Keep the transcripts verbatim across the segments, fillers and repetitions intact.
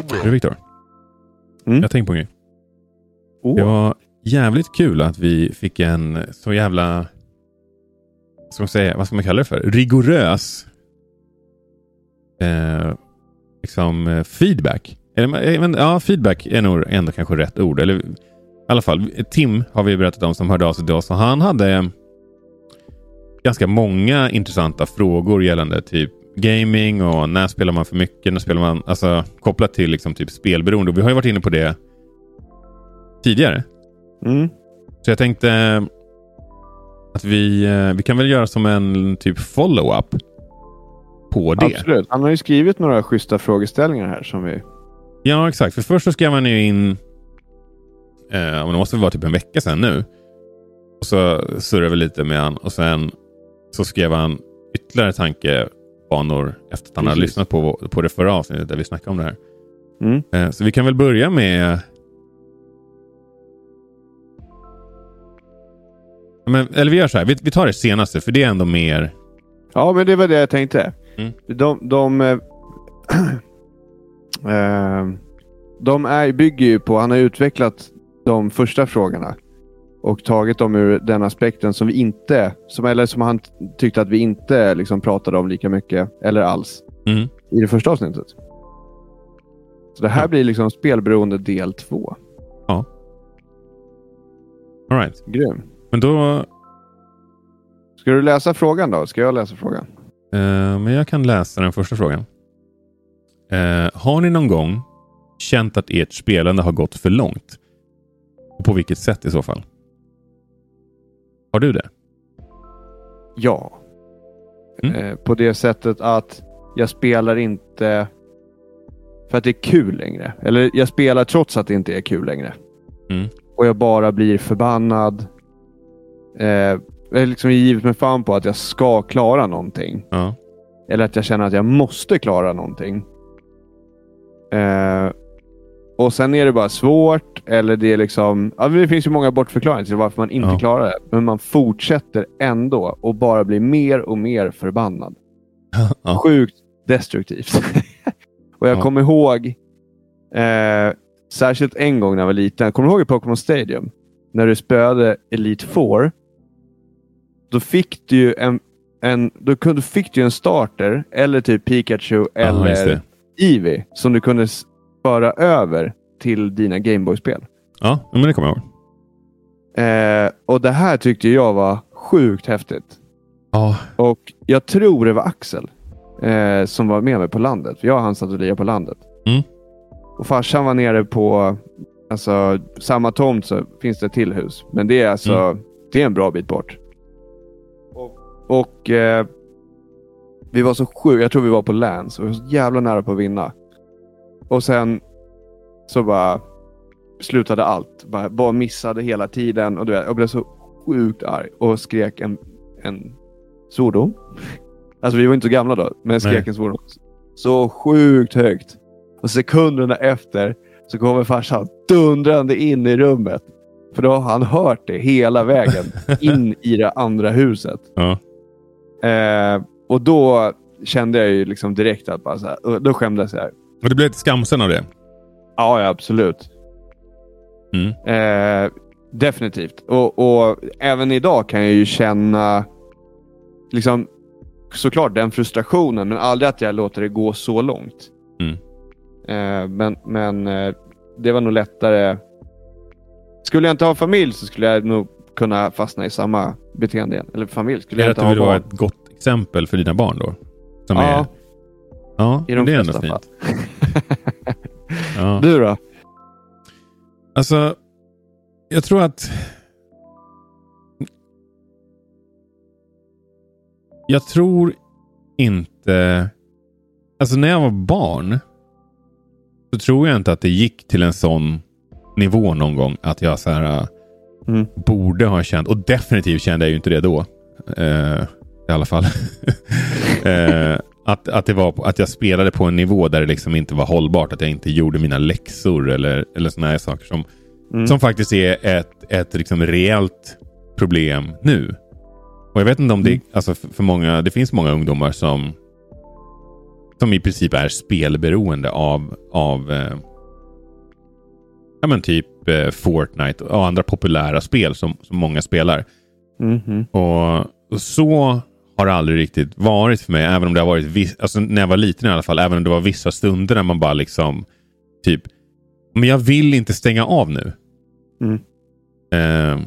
Du, Viktor? Mm? Jag tänkte på en grej. Oh. Det var jävligt kul att vi fick en så jävla, ska man säga, vad ska man kalla det för? Rigorös eh, liksom feedback. Eller, men, ja, feedback är nog ändå kanske rätt ord. Eller i alla fall, Tim har vi berättat om som hörde av sig till oss. Och han hade ganska många intressanta frågor gällande typ gaming och när spelar man för mycket, när spelar man, alltså kopplat till liksom typ spelberoende. Och vi har ju varit inne på det tidigare. Mm. Så jag tänkte att vi, vi kan väl göra som en typ follow-up på det. Absolut. Han har ju skrivit några schyssta frågeställningar här som vi... Ja, exakt. För först så skrev han ju in eh, det måste vara typ en vecka sedan nu. Och så surrade vi lite med han. Och sen så skrev han ytterligare tankebanor efter att han hade lyssnat på, på det förra avsnittet där vi snackade om det här. Mm. Eh, så vi kan väl börja med... Men, eller vi gör så här. Vi, vi tar det senaste, för det är ändå mer... Ja, men det var det jag tänkte. Mm. De... de äh, äh, de är, bygger ju på... Han har utvecklat de första frågorna. Och tagit dem ur den aspekten som vi inte... Som, eller som han tyckte att vi inte liksom pratade om lika mycket. Eller alls. Mm. I det första avsnittet. Så det här ja. blir liksom spelberoende del två. Ja. All right. Grym. Men då... Ska du läsa frågan då? Ska jag läsa frågan? Uh, men jag kan läsa den första frågan. Uh, har ni någon gång känt att ert spelande har gått för långt? Och på vilket sätt i så fall? Har du det? Ja. Mm. Uh, på det sättet att jag spelar inte för att det är kul längre. Eller jag spelar trots att det inte är kul längre. Mm. Och jag bara blir förbannad. Eh, jag är liksom givet mig fan på att jag ska klara någonting. Ja. Eller att jag känner att jag måste klara någonting. Eh, och sen är det bara svårt. Eller det är liksom... Ja, det finns ju många bortförklaringar till varför man inte ja. klarar det. Men man fortsätter ändå. Och bara blir mer och mer förbannad. Ja. Sjukt destruktivt. Och jag ja. kommer ihåg... Eh, särskilt en gång när jag var liten. Kommer du ihåg i Pokémon Stadium? När du spöade Elite Four. Då fick du ju en, en då kunde, fick du en starter. Eller typ Pikachu eller ah, Eevee. Som du kunde föra över till dina Gameboy-spel. Ja, men det kommer jag ihåg. Eh, och det här tyckte jag var sjukt häftigt. Ja. Och jag tror det var Axel. Eh, som var med mig på landet. För jag och han satt och lirade på landet. Mm. Och farsan var nere på alltså, samma tomt så finns det ett till hus. Men det är alltså mm. det är en bra bit bort. Och, och eh, vi var så sjukt, jag tror vi var på Lance och vi var så jävla nära på att vinna. Och sen så bara slutade allt. Bara, bara missade hela tiden och du vet, jag blev så sjukt arg och skrek en, en svordom. Alltså vi var inte så gamla då, men skrek Nej. en svordom. Så sjukt högt. Och sekunderna efter så kommer farsan dundrande in i rummet. För då har han hört det hela vägen in i det andra huset. Ja. Eh, och då kände jag ju liksom direkt att bara så här, då skämdes jag. Och det blev ett skamsen av det? Ja, ja absolut. Mm. Eh, definitivt. Och, och även idag kan jag ju känna liksom såklart den frustrationen, men aldrig att jag låter det gå så långt. Mm. Eh, men men eh, det var nog lättare. Skulle jag inte ha familj så skulle jag nog kunna fastna i samma beteende igen. Eller familj. Skulle jag inte ha barn. Är det att du vill barn. vara ett gott exempel för dina barn då? Som ja. Är... Ja, i de det är ändå flesta fint. Ja. Du då? Alltså, jag tror att jag tror inte alltså när jag var barn så tror jag inte att det gick till en sån nivå någon gång att jag så här mm. borde ha känt, och definitivt kände jag ju inte det då uh, i alla fall uh, att, att det var att jag spelade på en nivå där det liksom inte var hållbart, att jag inte gjorde mina läxor eller, eller såna här saker som, mm. som faktiskt är ett, ett liksom reellt problem nu. Och jag vet inte om det, mm. alltså för, för många, det finns många ungdomar som som i princip är spelberoende av, av eh, ja men typ eh, Fortnite och andra populära spel som, som många spelar. Mm-hmm. Och, och så har det aldrig riktigt varit för mig, även om det har varit viss, alltså när jag var liten i alla fall, även om det var vissa stunder när man bara liksom typ, men jag vill inte stänga av nu. Mm. Eh,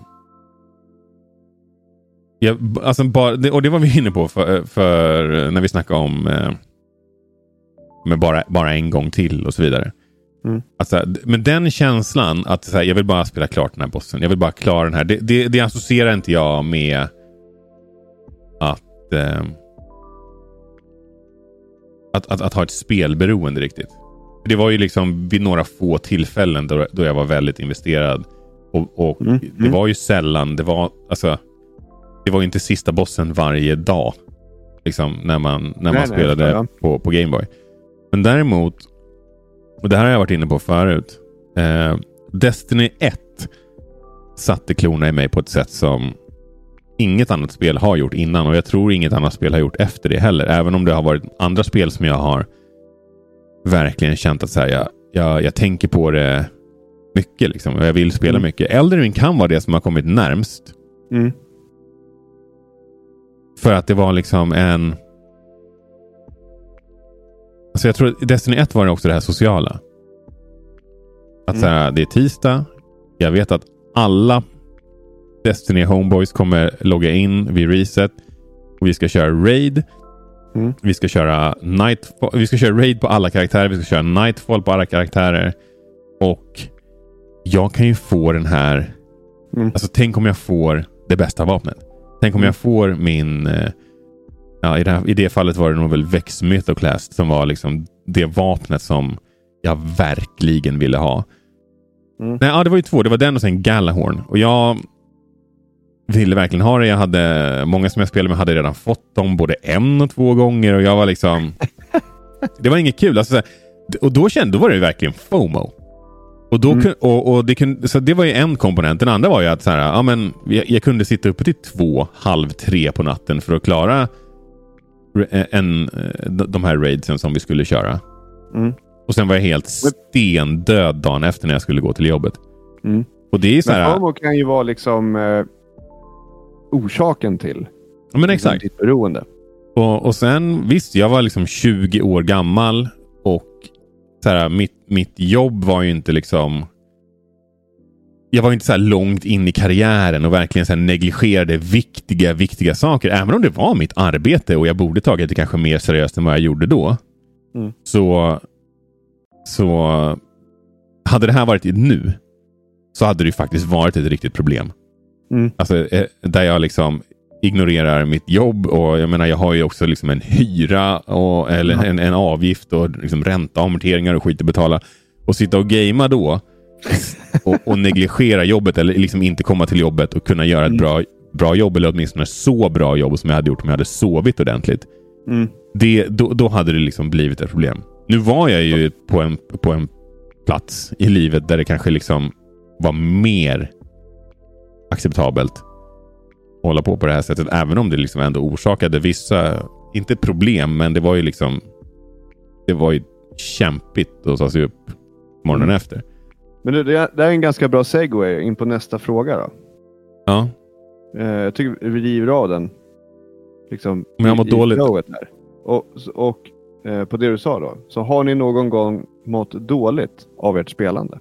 jag, alltså bara, och det var vi inne på för, för när vi snackade om eh, med bara, bara en gång till och så vidare. Mm. Alltså, men den känslan att så här, jag vill bara spela klart den här bossen, jag vill bara klara den här, det, det, det associerar inte jag med att, eh, att, att att ha ett spelberoende riktigt. Det var ju liksom vid några få tillfällen då, då jag var väldigt investerad och, och mm. Mm. det var ju sällan, det var alltså det var inte sista bossen varje dag liksom när man när man nej, spelade nej, ja. på på Game Boy. Men däremot, och det här har jag varit inne på förut, eh, Destiny ett satte klorna i mig på ett sätt som inget annat spel har gjort innan, och jag tror inget annat spel har gjort efter det heller, även om det har varit andra spel som jag har verkligen känt att så här, jag, jag, jag tänker på det mycket liksom, och jag vill spela mm. mycket. Elden Ring kan vara det som har kommit närmst. Mm. För att det var liksom en, alltså jag tror att Destiny ett var det också det här sociala. Att mm. så här, det är tisdag, jag vet att alla Destiny Homeboys kommer logga in vid reset och vi ska köra raid. Mm. Vi ska köra Nightfall, vi ska köra raid på alla karaktärer, vi ska köra Nightfall på alla karaktärer, och jag kan ju få den här mm. alltså tänk om jag får det bästa vapnet. Tänk om mm. jag får min ja, i det, här, i det fallet var det nog väl Vex Mythoclast som var liksom det vapnet som jag verkligen ville ha. Mm. Nej, ja, det var ju två, det var den och sen Galahorn, och jag ville verkligen ha det. Jag hade, många som jag spelade med hade redan fått dem både en och två gånger, och jag var liksom det var inget kul alltså, och då kände, då var det verkligen FOMO. Och då mm. och, och det kunde, så det var ju en komponent. Den andra var ju att så här, ja men jag, jag kunde sitta uppe till två, halv tre på natten för att klara en, de här raidsen som vi skulle köra. Mm. Och sen var jag helt stendöd dagen efter när jag skulle gå till jobbet. Mm. Och det är så här, men FOMO kan ju vara liksom eh, orsaken till. Ja men exakt. Ditt beroende. Och, och sen visst, jag var liksom tjugo år gammal, och så här, mitt, mitt jobb var ju inte liksom, jag var inte så här långt in i karriären och verkligen så här negligerade viktiga, viktiga saker. Även om det var mitt arbete och jag borde tagit det kanske mer seriöst än vad jag gjorde då. Mm. Så så hade det här varit nu, så hade det faktiskt varit ett riktigt problem. Mm. Alltså där jag liksom ignorerar mitt jobb, och jag menar jag har ju också liksom en hyra och, eller mm. en, en avgift och liksom ränta, amorteringar och skit att betala, och sitta och gamea då och, och negligera jobbet, eller liksom inte komma till jobbet och kunna göra ett mm. bra, bra jobb, eller åtminstone så bra jobb som jag hade gjort om jag hade sovit ordentligt. Mm. Det, då, då hade det liksom blivit ett problem. Nu var jag ju på en, på en plats i livet där det kanske liksom var mer acceptabelt att hålla på på det här sättet, även om det liksom ändå orsakade vissa, inte problem, men det var ju liksom, det var ju kämpigt att ta sig upp morgonen mm. efter. Men det, det är en ganska bra segue in på nästa fråga då. Ja. Eh, jag tycker vi river av den. Liksom, men jag mår dåligt. Här. Och, och eh, på det du sa då, så har ni någon gång mått dåligt av ert spelande?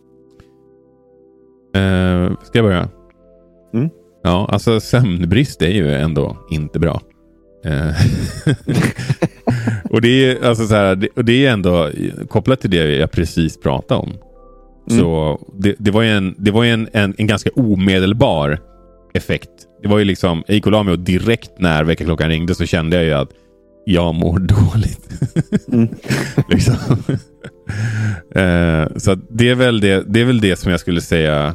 Eh, ska jag börja? Mm. Ja, alltså sömnbrist är ju ändå inte bra. Eh, och det är alltså så här, det, och det är ändå kopplat till det jag precis pratade om. Mm. Så det, det var ju, en, det var ju en, en, en ganska omedelbar effekt. Det var ju liksom, jag gick och la mig, och direkt när väckarklockan ringde så kände jag ju att jag mår dåligt. Mm. liksom. eh, så det är väl det, det är väl det som jag skulle säga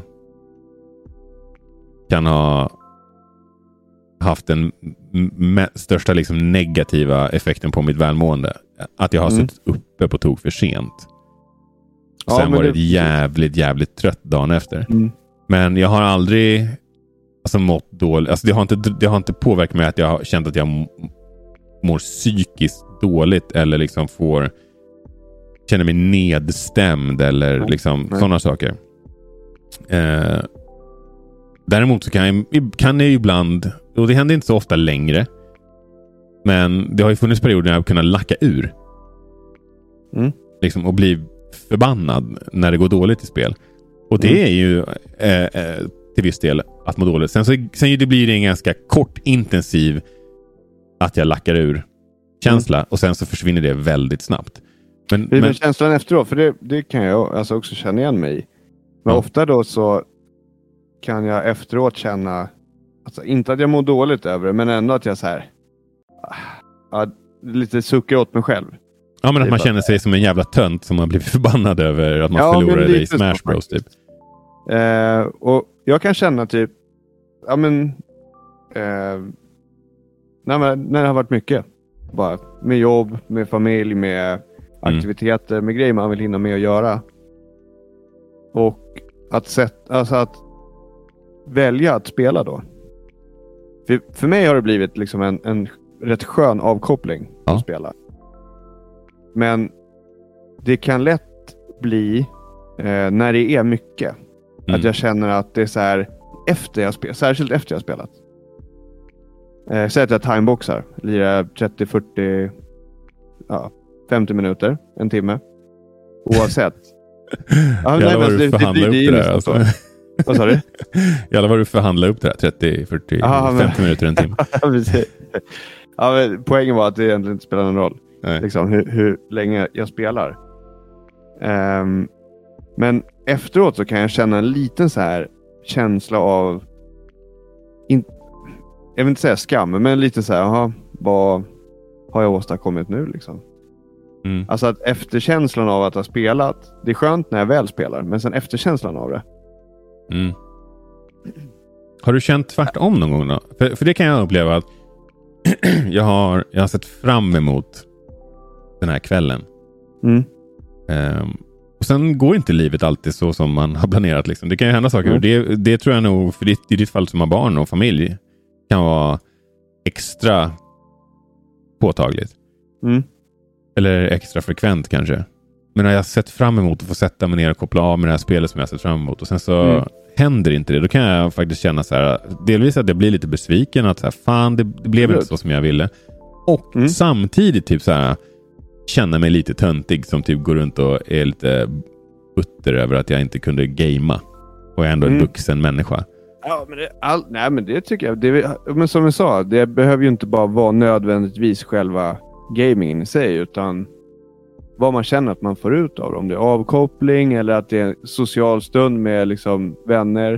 kan ha haft den m- största liksom negativa effekten på mitt välmående. Att jag har mm. suttit uppe på tok för sent. Ja, sen var det jävligt, jävligt trött dagen efter. Mm. Men jag har aldrig alltså mått dåligt. Alltså det har inte, det har inte påverkat mig att jag har känt att jag m- mår psykiskt dåligt eller liksom får känner mig nedstämd eller Nej. liksom Nej. sådana saker. Eh, däremot så kan jag, kan jag ibland, och det händer inte så ofta längre, men det har ju funnits perioder när jag har kunnat lacka ur. Mm. Liksom, och bli förbannad när det går dåligt i spel. Och det Mm. är ju eh, eh, till viss del att må dåligt. Sen, så, sen det blir det en ganska kort intensiv att jag lackar ur känsla Mm. och sen så försvinner det väldigt snabbt. Men, Men, men känslan efteråt, för det, det kan jag alltså också känna igen mig i. Men Ja. ofta då så kan jag efteråt känna, alltså inte att jag mår dåligt över det, men ändå att jag så här, ja, lite suckar åt mig själv. ja, men att det man bara- känner sig som en jävla tönt som har blivit förbannad över att man Ja, men förlorade lite i Smash så Bros typ. Eh, och jag kan känna typ, ja men, eh, när, man, när det har varit mycket. Bara med jobb, med familj, med aktiviteter, med grejer man vill hinna med att göra. Och att, sätt, alltså att välja att spela då. För, för mig har det blivit liksom en, en rätt skön avkoppling Ja. att spela. Men det kan lätt bli eh, när det är mycket. Mm. Att jag känner att det är så här efter jag spelat, särskilt efter jag spelat. Eh, säg att jag timeboxar, lirar trettio, fyrtio, ja, femtio minuter, en timme. Oavsett. Ja, Jävlar vad men du förhandlar upp det ju där. nästan Alltså. så. Vad sa du? Jävlar vad du förhandlar upp det där. trettio, fyrtio, Aha, men- femtio minuter, en timme. Ja, precis. Ja, men poängen var att det egentligen inte spelar någon roll. Nej. Liksom, hur, hur länge jag spelar. Ehm, men efteråt så kan jag känna en liten så här känsla av, in, jag vill inte säga skam, men lite så här, aha, vad har jag åstadkommit nu liksom? Mm. Alltså att efterkänslan av att ha spelat, det är skönt när jag väl spelar, men sen efterkänslan av det. Mm. Har du känt tvärtom någon gång då? För, för det kan jag uppleva att jag har, jag har sett fram emot den här kvällen. Mm. Ehm, och sen går inte livet alltid så som man har planerat. Liksom. Det kan ju hända saker. Mm. Och det, det tror jag nog, för ditt, i ditt fall som har barn och familj, kan vara extra påtagligt. Mm. Eller extra frekvent kanske. Men när jag har sett fram emot att få sätta mig ner och koppla av med det här spelet som jag har sett fram emot. Och sen så Mm. händer inte det. Då kan jag faktiskt känna så här. Delvis att jag blir lite besviken. Att så här, fan det, det blev Absolut. inte så som jag ville. Och Mm. samtidigt typ så här. Känna mig lite töntig. Som typ går runt och är lite butter över att jag inte kunde gamea. Och jag är ändå en Mm. vuxen människa. Ja, men det, all, nej, men det tycker jag. Det, men som jag sa, det behöver ju inte bara vara nödvändigtvis själva gamingen i sig, utan vad man känner att man får ut av det. Om det är avkoppling eller att det är en social stund med liksom vänner.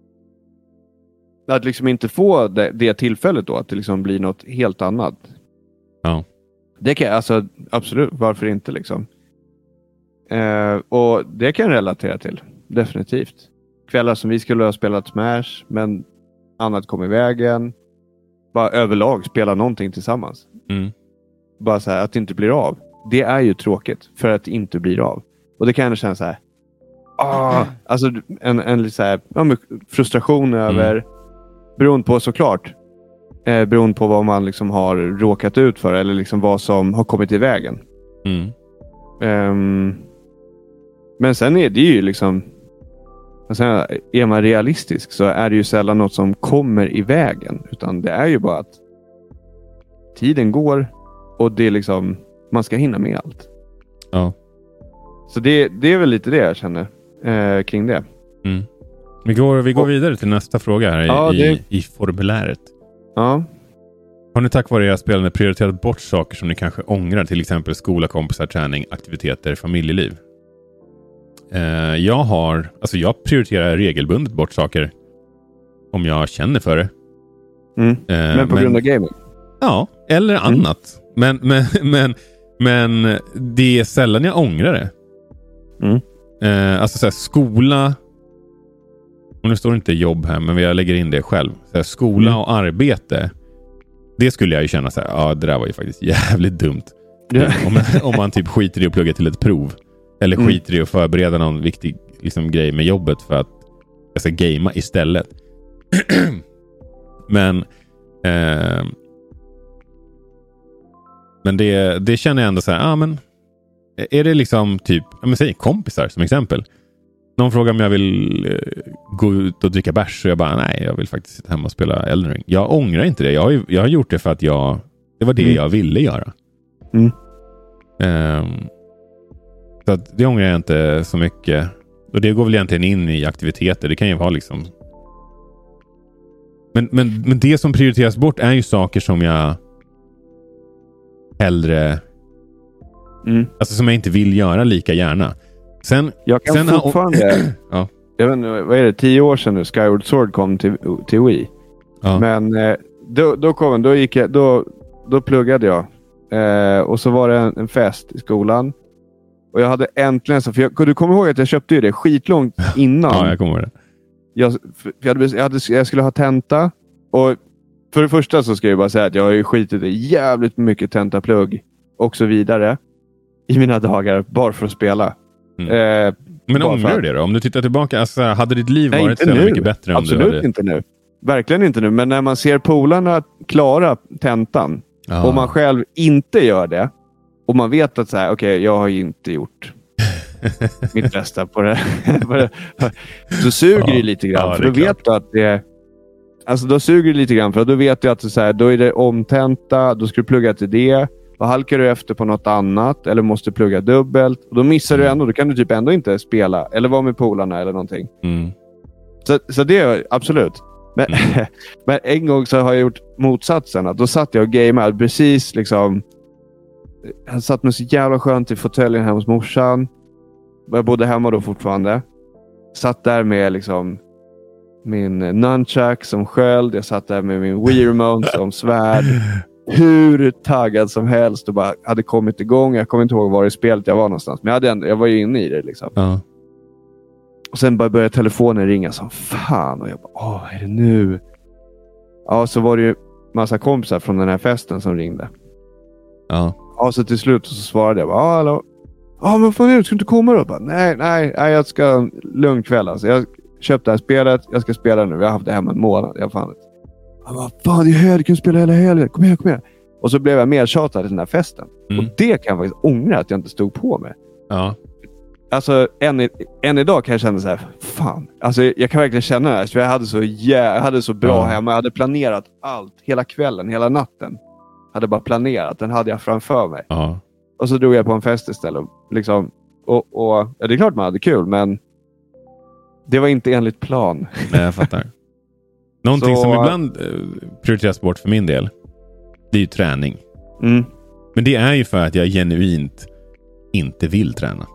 Att liksom inte få det, det tillfället då, att det liksom blir något helt annat. Ja. Det kan jag, alltså absolut, varför inte liksom. Eh, och det kan jag relatera till, definitivt. Kvällar som vi skulle ha spelat Smash, men annat kom i vägen. Bara överlag spela någonting tillsammans. Mm. Bara så här, att det inte blir av. Det är ju tråkigt för att det inte blir av. Och det kan jag känna så här. Ah, alltså en, en så här, ja, men frustration över, beroende på såklart. Eh, beroende på vad man liksom har råkat ut för. Eller liksom vad som har kommit i vägen. Mm. Ehm, men sen är det ju liksom, alltså, är man realistisk så är det ju sällan något som kommer i vägen, utan det är ju bara att tiden går och det är liksom, man ska hinna med allt. Ja. Så det, det är väl lite det jag känner eh, kring det. Mm. Vi går, vi går Och- vidare till nästa fråga här i, Ja, det- i, i formuläret. Ja. Har ni tack vare era spelande prioriterat bort saker som ni kanske ångrar, till exempel skola, kompisar, träning, aktiviteter, familjeliv? Eh, jag har, alltså jag prioriterar regelbundet bort saker om jag känner för det. Mm. Eh, Men på grund av gaming? Ja, eller Mm. annat. Men, men, men, men det är sällan jag ångrar det. Mm. Eh, alltså så här, skola, och nu står det inte jobb här, men jag lägger in det själv. Så här, skola Mm. och arbete, det skulle jag ju känna så här, ja det där var ju faktiskt jävligt dumt. Ja. om, man, om man typ skiter i att plugga till ett prov. Eller Mm. skiter i att förbereda någon viktig liksom, grej med jobbet för att jag ska gamea istället. Men eh, Men det, det känner jag ändå så här, ja ah, men är det liksom typ, ja men säg kompisar som exempel. Någon frågar om jag vill eh, gå ut och dricka bärs och jag bara, nej jag vill faktiskt sitta hemma och spela Elden Ring. Jag ångrar inte det. Jag har, ju, jag har gjort det för att jag, det var det mm. jag ville göra. Mm. Um, så att det ångrar jag inte så mycket. Och det går väl egentligen in i aktiviteter. Det kan ju vara liksom... Men, men, men det som prioriteras bort är ju saker som jag hellre... Mm. Alltså som jag inte vill göra lika gärna. Sen, jag kan sen fortfarande... ha, ja. Jag vet inte, vad är det? Tio år sedan nu Skyward Sword kom till, till Wii. Ja. Men eh, då, då kom då gick jag... Då, då pluggade jag. Eh, och så var det en, en fest i skolan. Och jag hade äntligen så... För jag, du kommer ihåg att jag köpte ju det skitlångt innan. Ja, jag kommer ihåg det. Jag, jag, hade, jag, hade, jag skulle ha tenta. Och för det första så ska jag bara säga att jag har ju skitit i jävligt mycket tentaplugg och så vidare i mina dagar bara för att spela. Mm. Eh, Men ångrar du det då? Om du tittar tillbaka, alltså, hade ditt liv Nej, varit så mycket bättre om Absolut du hade... inte nu. Verkligen inte nu. Men när man ser polarna klara tentan ah. och man själv inte gör det och man vet att så här, okej, okay, jag har inte gjort mitt bästa på det. Så suger det ja, lite grann. Ja, för då vet du att det alltså då suger det lite grann. För då vet du att så här, då är det omtenta. Då ska du plugga till det. Och halkar du efter på något annat. Eller måste plugga dubbelt. Och då missar mm. du ändå. Då kan du typ ändå inte spela. Eller vara med polarna eller någonting. Mm. Så, så det är absolut. Men, mm. men en gång så har jag gjort motsatsen. Att då satt jag och gameade precis liksom. Jag satt mig så jävla skönt i fåtöljen hemma hos morsan. Jag bodde hemma då fortfarande. Satt där med liksom min nunchuck som sköld. Jag satt där med min Wii Remote som svärd. Hur taggad som helst. Och bara hade kommit igång. Jag kommer inte ihåg var i spelet jag var någonstans. Men jag, hade ändå, jag var ju inne i det liksom. Uh. Och sen bara började telefonen ringa som fan. Och jag bara, åh, är det nu? Ja, så var det ju massa kompisar från den här festen som ringde. Ja. Uh. Ja, så till slut så svarade jag bara, ja, hallå. Ja, men fan, du ska inte komma då? Bara, nej, nej, nej, jag ska lugn kväll. Alltså. Jag köpte det här spelet, jag ska spela nu. Jag har haft det hemma en månad. Jag fann det. Jag bara, fan, det är här, du kan spela hela helgen. Kom igen, kom igen. Och så blev jag mer tjatad i den här festen. Mm. Och det kan jag faktiskt ångra att jag inte stod på med. Ja. Alltså, än, än idag kan jag känna så här, fan. Alltså, jag kan verkligen känna det här. Så jag hade så, yeah, jag hade så bra ja. hemma. Jag hade planerat allt, hela kvällen, hela natten. Hade bara planerat, den hade jag framför mig. Ja. Och så drog jag på en fest istället. Liksom, och, och, ja, det är klart man hade kul, men det var inte enligt plan. Nej, jag fattar. Någonting så, som ibland eh, prioriteras bort för min del, det är ju träning. Mm. Men det är ju för att jag genuint inte vill träna.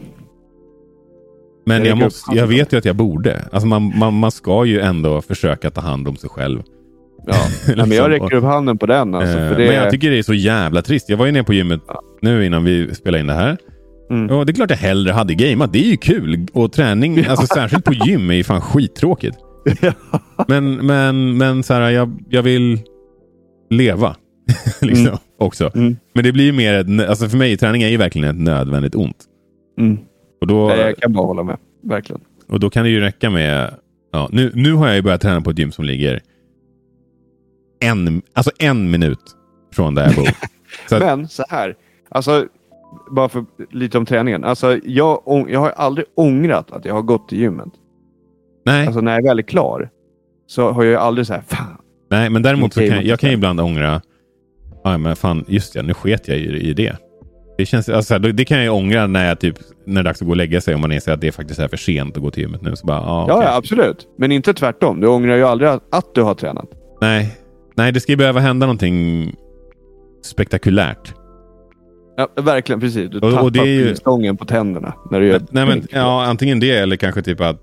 Men jag, måste, jag vet ju att jag borde. Alltså man, man, man ska ju ändå försöka ta hand om sig själv. Ja, liksom. Men jag räcker upp handen på den. Alltså, för det... Men jag tycker det är så jävla trist. Jag var ju nere på gymmet ja. nu innan vi spelade in det här. Mm. Och det är klart jag hellre hade gameat. Det är ju kul. Och träning, ja. alltså särskilt på gym, är ju fan skittråkigt. Ja. Men, men, men så här, jag, jag vill leva. liksom, mm. också. Mm. Men det blir ju mer ett, alltså för mig, träning är ju verkligen ett nödvändigt ont. Mm. Och då, jag kan bara hålla med. Verkligen. Och då kan det ju räcka med... Ja, nu, nu har jag ju börjat träna på ett gym som ligger en, alltså en minut från där jag bor. Så att, men så här, alltså bara för lite om träningen. Alltså jag, jag har aldrig ångrat att jag har gått till gymmet. Nej. Alltså när jag är väl klar så har jag aldrig så här, fan. Nej, men däremot så kan jag, jag kan ju ibland ångra, ja men fan, just det, nu sket jag i, i det. Det känns, alltså det kan jag ju ångra när jag typ, när det är dags att gå och lägga sig, om man är så att det faktiskt är för sent att gå till gymmet nu. Så bara, ah, okay. Ja, ja, absolut. Men inte tvärtom. Du ångrar ju aldrig att, att du har tränat. Nej. Nej, det ska ju behöva hända någonting spektakulärt. Ja, verkligen, precis. Du och, tappar och det är ju... stången på tänderna när du gör. Nej, men ja, antingen det eller kanske typ att,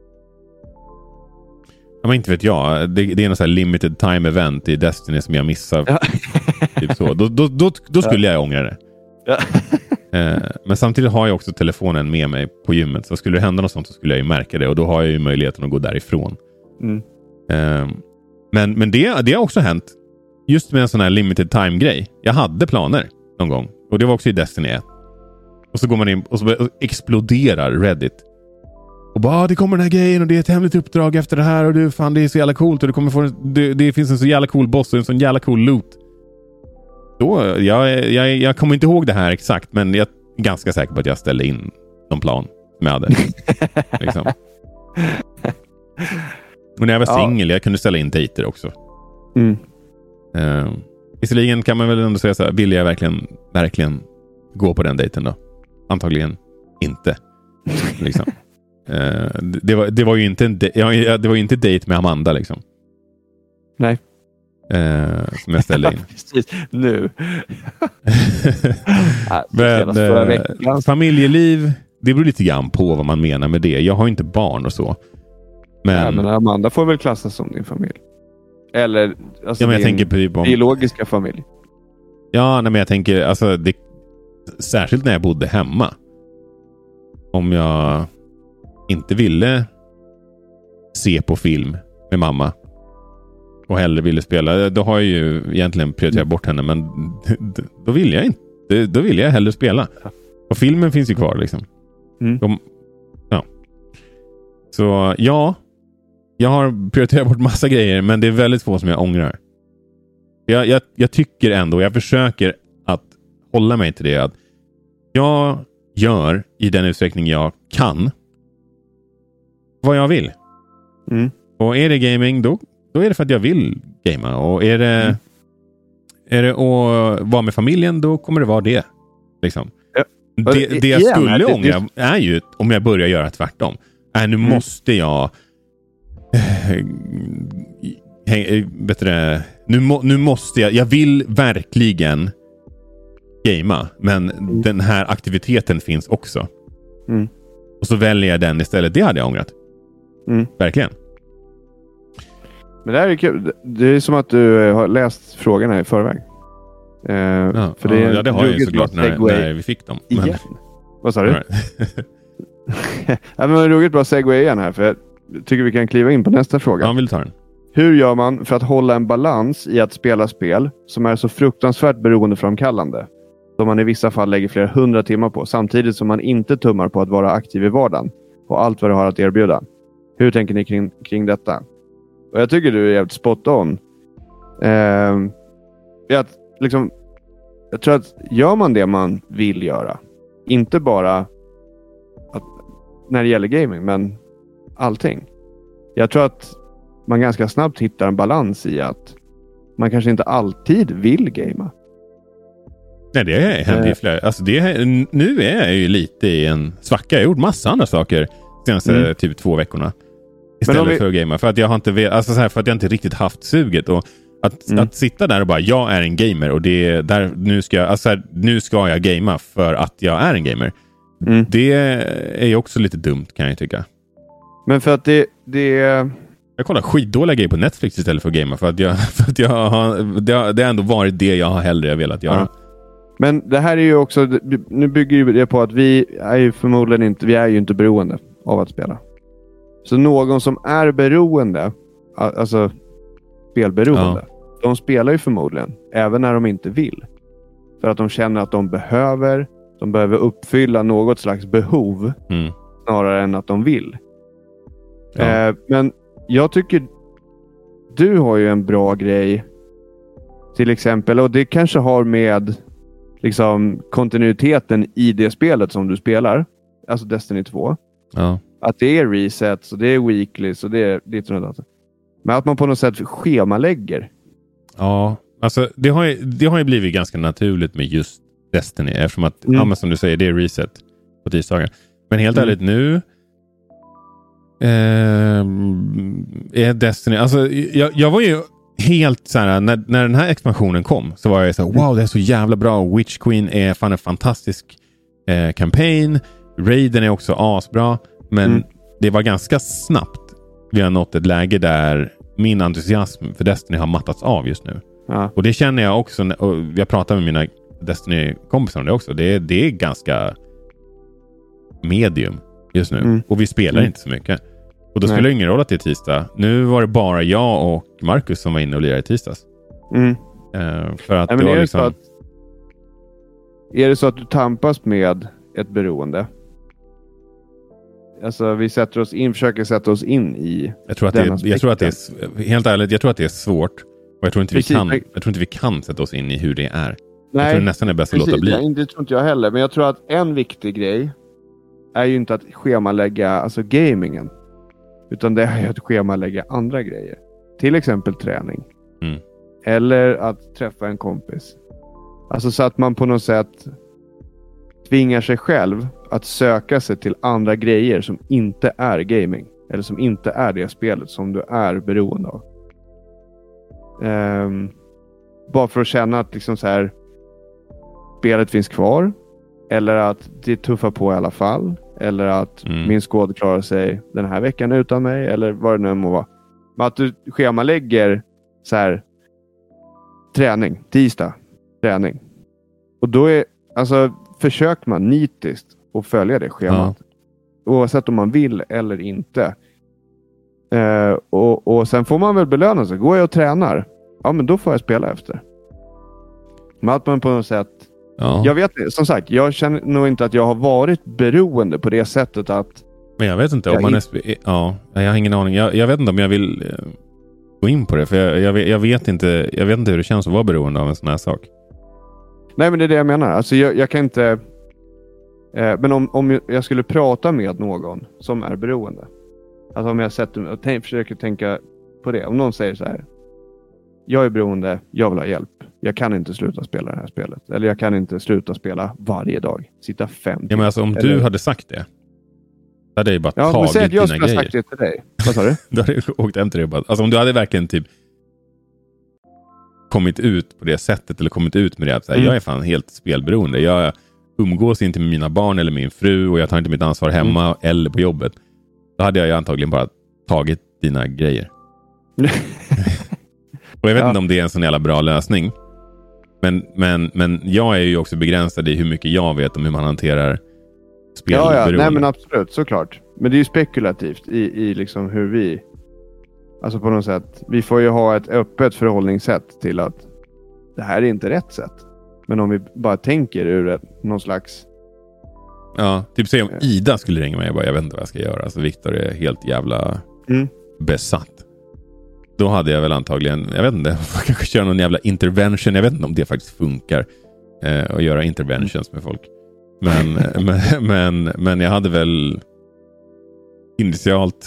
ja, men inte vet jag. Det, det är någon sån här limited time event i Destiny som jag missar. Ja. Typ så. Då, då, då, då skulle ja. jag ångra det. Ja. eh, men samtidigt har jag också telefonen med mig på gymmet. Så skulle det hända något sånt så skulle jag ju märka det. Och då har jag ju möjligheten att gå därifrån. Mm. Eh, men men det, det har också hänt. Just med en sån här limited time-grej. Jag hade planer någon gång. Och det var också i Destiny ett. Och så går man in och så exploderar Reddit. Och bara, det kommer den här grejen och det är ett hemligt uppdrag efter det här. Och du, fan, det är så jävla coolt. Och du kommer få, det, det finns en så jävla cool boss och en sån jävla cool loot. då, jag, jag, jag kommer inte ihåg det här exakt, men jag är ganska säker på att jag ställde in någon plan som jag hade. liksom. Och när jag var ja. singel, jag kunde ställa in dejter också. Mm. Uh, visserligen kan man väl ändå säga så här, vill jag verkligen, verkligen gå på den dejten då? Antagligen inte. liksom. uh, det, var, det var ju inte en de- ja, det var ju inte dejt med Amanda liksom. Nej. Uh, som jag ställde in. Precis, nu. Men, uh, familjeliv, det beror lite grann på vad man menar med det. Jag har inte barn och så. Men, ja, men Amanda får väl klassas som din familj. Eller alltså ja, men jag din tänker på, om, biologiska familj. Ja, nej, men jag tänker alltså, det, särskilt när jag bodde hemma. Om jag inte ville se på film med mamma och hellre ville spela, då har jag ju egentligen prioriterat bort henne, men då vill jag inte. Då vill jag hellre spela. Och filmen finns ju kvar liksom. Mm. De, ja. Så ja, jag har prioriterat bort massa grejer, men det är väldigt få som jag ångrar. Jag, jag, jag tycker ändå, jag försöker att hålla mig till det, att jag gör i den utsträckning jag kan vad jag vill. Mm. Och är det gaming, då, då är det för att jag vill gamea. Och är det, mm. är det att vara med familjen, då kommer det vara det. Liksom. Ja. Det, det jag skulle yeah, ångra det, är ju om jag börjar göra tvärtom. Äh, nu mm. måste jag äh, vet du, nu, må, nu måste jag jag vill verkligen gamea, men mm. den här aktiviteten finns också. Mm. Och så väljer jag den istället. Det hade jag ångrat. Mm. Verkligen. Men det här är kul. Det är som att du har läst frågorna i förväg. Uh, ja, för det, ja, ja, det har jag ju såklart när, när vi fick dem. Men... Igen? Vad sa du? Ja, men det är roligt bra segway igen här, för jag tycker vi kan kliva in på nästa fråga. Ja, vill ta den. Hur gör man för att hålla en balans i att spela spel som är så fruktansvärt beroendeframkallande, som man i vissa fall lägger flera hundra timmar på, samtidigt som man inte tummar på att vara aktiv i vardagen och allt vad det har att erbjuda? Hur tänker ni kring, kring detta? Och jag tycker du är jävligt spot on. Eh, att, liksom, jag tror att gör man det man vill göra, inte bara att, när det gäller gaming, men allting. Jag tror att man ganska snabbt hittar en balans i att man kanske inte alltid vill gamea. Nej, det händer ju flera. Alltså det, nu är jag ju lite i en svacka. Jag har gjort massa andra saker senaste mm. typ två veckorna. Istället vi... för att gamea. För att jag har inte vet, alltså så här, för att jag inte riktigt haft suget. Och att, mm. att sitta där och bara, jag är en gamer. Och det är där, nu ska jag, alltså här, nu ska jag gamea för att jag är en gamer. Mm. Det är ju också lite dumt, kan jag tycka. Men för att det... det... Jag kollar skitdåliga grejer på Netflix istället för att gamea. För att jag, för att jag har, det, har, det har ändå varit det jag har hellre velat göra. Ja. Men det här är ju också, nu bygger ju det på att vi är ju förmodligen inte, vi är ju inte beroende av att spela. Så någon som är beroende, alltså spelberoende, ja. de spelar ju förmodligen även när de inte vill. För att de känner att de behöver, de behöver uppfylla något slags behov mm. snarare än att de vill. Ja. Eh, men jag tycker du har ju en bra grej till exempel, och det kanske har med liksom kontinuiteten i det spelet som du spelar, alltså Destiny två. Ja. Att det är resets och det är weekly och det är ditt och datt. Men att man på något sätt schemalägger. Ja, alltså det har ju, det har ju blivit ganska naturligt med just Destiny, eftersom att, mm. ja, men som du säger, det är reset på tisdagar. Men helt mm. ärligt nu eh, är Destiny, alltså jag, jag var ju helt så här, när, när den här expansionen kom så var jag så här, wow, det är så jävla bra. Witch Queen är fan en fantastisk eh, campaign. Raiden är också asbra. Men mm. det var ganska snabbt vi har nått ett läge där min entusiasm för Destiny har mattats av just nu. Ja. Och det känner jag också, och jag pratar med mina Destiny-kompisar om det också. Det är, det är ganska medium just nu. Mm. Och vi spelar mm. inte så mycket. Och då spelar det ingen roll att det är tisdag. Nu var det bara jag och Marcus som var inne och lirade i tisdags. Mm. Uh, för att Nej, det men var är, liksom... det så att, är det så att du tampas med ett beroende? Alltså vi sätter oss in, försöker sätta oss in i jag tror att det är, jag tror att det är, helt ärligt, jag tror att det är svårt. Och jag tror inte vi kan, jag tror inte vi kan sätta oss in i hur det är. Nej, jag tror det nästan är bäst att låta bli. Nej, det tror inte jag heller. Men jag tror att en viktig grej är ju inte att schemalägga alltså gamingen. Utan det är att schemalägga andra grejer. Till exempel träning. Mm. Eller att träffa en kompis. Alltså så att man på något sätt tvingar sig själv att söka sig till andra grejer som inte är gaming. Eller som inte är det spelet som du är beroende av. Um, bara för att känna att liksom så här, spelet finns kvar. Eller att det tuffar på i alla fall. Eller att mm. min skåd klarar sig den här veckan utan mig. Eller vad det nu må vara. Men att du schemalägger så här, träning, tisdag, träning. Och då är, alltså försöker man nitiskt att följa det schemat. Ja. Oavsett om man vill eller inte. Uh, och, och sen får man väl belöna sig. Går jag och tränar, ja men då får jag spela efter. Men att man på något sätt, ja. Jag vet som sagt, jag känner nog inte att jag har varit beroende på det sättet att. Men jag vet inte om man är, ja, jag har ingen aning. Jag, jag vet inte om jag vill uh, gå in på det, för jag, jag, jag vet inte, jag vet inte hur det känns att vara beroende av en sån här sak. Nej, men det är det jag menar. Alltså jag, jag kan inte eh, men om, om jag skulle prata med någon som är beroende. Alltså om jag sätter och tänk, försöker tänka på det. Om någon säger så här: jag är beroende, jag vill ha hjälp. Jag kan inte sluta spela det här spelet. Eller jag kan inte sluta spela varje dag. Sitta fem. Ja, men alltså om eller... du hade sagt det, hade jag ju bara ja, tagit dina grejer. Ja, jag sagt det till dig. Vad sa du? Du hade åkt hem till dig bara. Alltså om du hade verkligen typ kommit ut på det sättet, eller kommit ut med det att så här, mm. jag är fan helt spelberoende. Jag umgås inte med mina barn eller min fru, och jag tar inte mitt ansvar hemma mm. eller på jobbet. Då hade jag ju antagligen bara tagit dina grejer. Och jag vet ja. inte om det är en sån jävla bra lösning. Men, men, men jag är ju också begränsad i hur mycket jag vet om hur man hanterar spelberoende. Ja, ja. Nej, men absolut, såklart. Men det är ju spekulativt i, i liksom hur vi, alltså på något sätt, vi får ju ha ett öppet förhållningssätt till att det här är inte rätt sätt. Men om vi bara tänker ur ett, någon slags. Ja, typ säg om Ida skulle ringa mig, jag bara, jag vet inte vad jag ska göra. Alltså Viktor är helt jävla mm. besatt. Då hade jag väl antagligen, jag vet inte, jag kanske köra någon jävla intervention. Jag vet inte om det faktiskt funkar eh, att göra interventions med folk. Men, men, men, men jag hade väl initialt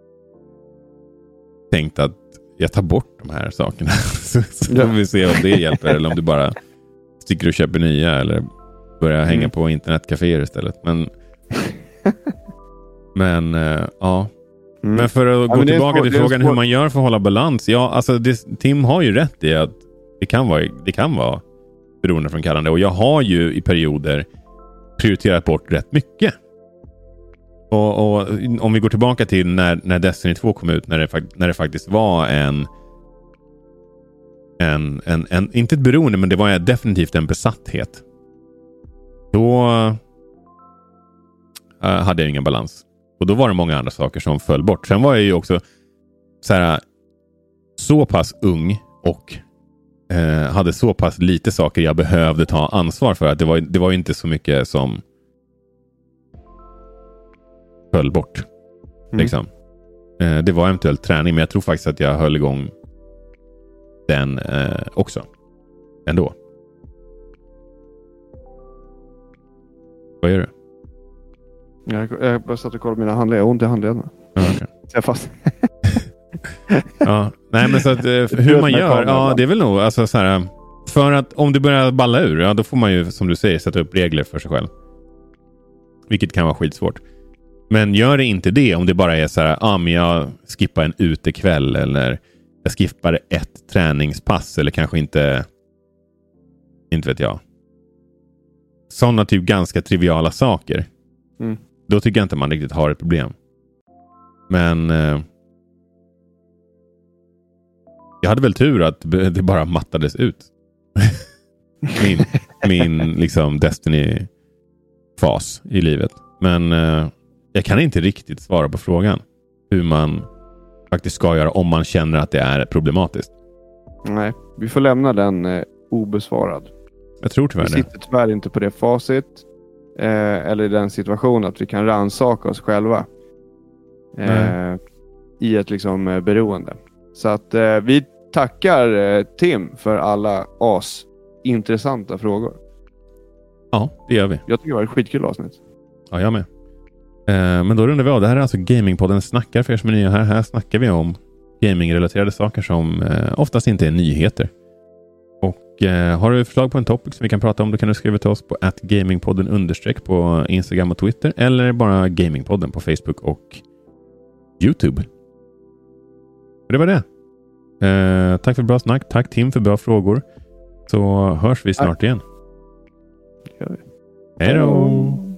tänkt att jag tar bort de här sakerna. så så får vi se om det hjälper, eller om du bara sticker och köper nya, eller börjar hänga mm. på internetcaféer istället. Men men äh, ja. Mm. Men för att ja, gå tillbaka svår, till frågan hur man gör för att hålla balans. Ja, alltså det, Tim har ju rätt i att det kan vara, det kan vara beroendeframkallande. Och jag har ju i perioder prioriterat bort rätt mycket. Och, och om vi går tillbaka till när, när Destiny två kom ut, när det, när det faktiskt var en, en, en, en inte ett beroende, men det var definitivt en besatthet. Då uh, hade jag ingen balans. Och då var det många andra saker som föll bort. Sen var jag ju också så här, så pass ung och eh, hade så pass lite saker jag behövde ta ansvar för, att det var, det var inte så mycket som föll bort. Mm. Liksom. Eh, det var eventuellt träning, men jag tror faktiskt att jag höll igång den eh, också. Ändå. Vad gör du? Jag, jag bara satt och kollade mina handleder. Jag har ont i handlederna. Okay. Så jag fast. Ja, nej, men så att, hur man gör, ja, det är väl nog alltså, så här, för att om det börjar balla ur, ja, då får man ju, som du säger, sätta upp regler för sig själv. Vilket kan vara skitsvårt. Men gör det inte det om det bara är så här, ja, ah, men jag skippar en utekväll, eller jag skippar ett träningspass, eller kanske inte, inte vet jag. Sådana typ ganska triviala saker. Mm. Då tycker jag inte man riktigt har ett problem. Men eh, jag hade väl tur att det bara mattades ut. min min liksom Destiny-fas i livet. Men eh, jag kan inte riktigt svara på frågan hur man faktiskt ska göra om man känner att det är problematiskt. Nej, vi får lämna den eh, obesvarad. Jag tror tyvärr det. Vi sitter tyvärr inte på det facit. Eh, eller i den situationen att vi kan rannsaka oss själva eh, i ett liksom eh, beroende. Så att eh, vi tackar eh, Tim för alla as intressanta frågor. Ja, det gör vi. Jag tycker det var ett skitkul avsnitt. Ja, jag med. Eh, men då rundar vi av. Det här är alltså Gamingpodden snackar för er som är nya här. Här snackar vi om gamingrelaterade saker som eh, oftast inte är nyheter. Och eh, har du förslag på en topic som vi kan prata om, då kan du skriva till oss på at gamingpodden understreck på Instagram och Twitter, eller bara Gamingpodden på Facebook och YouTube. Och det var det. Eh, tack för bra snack. Tack Tim för bra frågor. Så hörs vi snart igen. Ja. Hej då!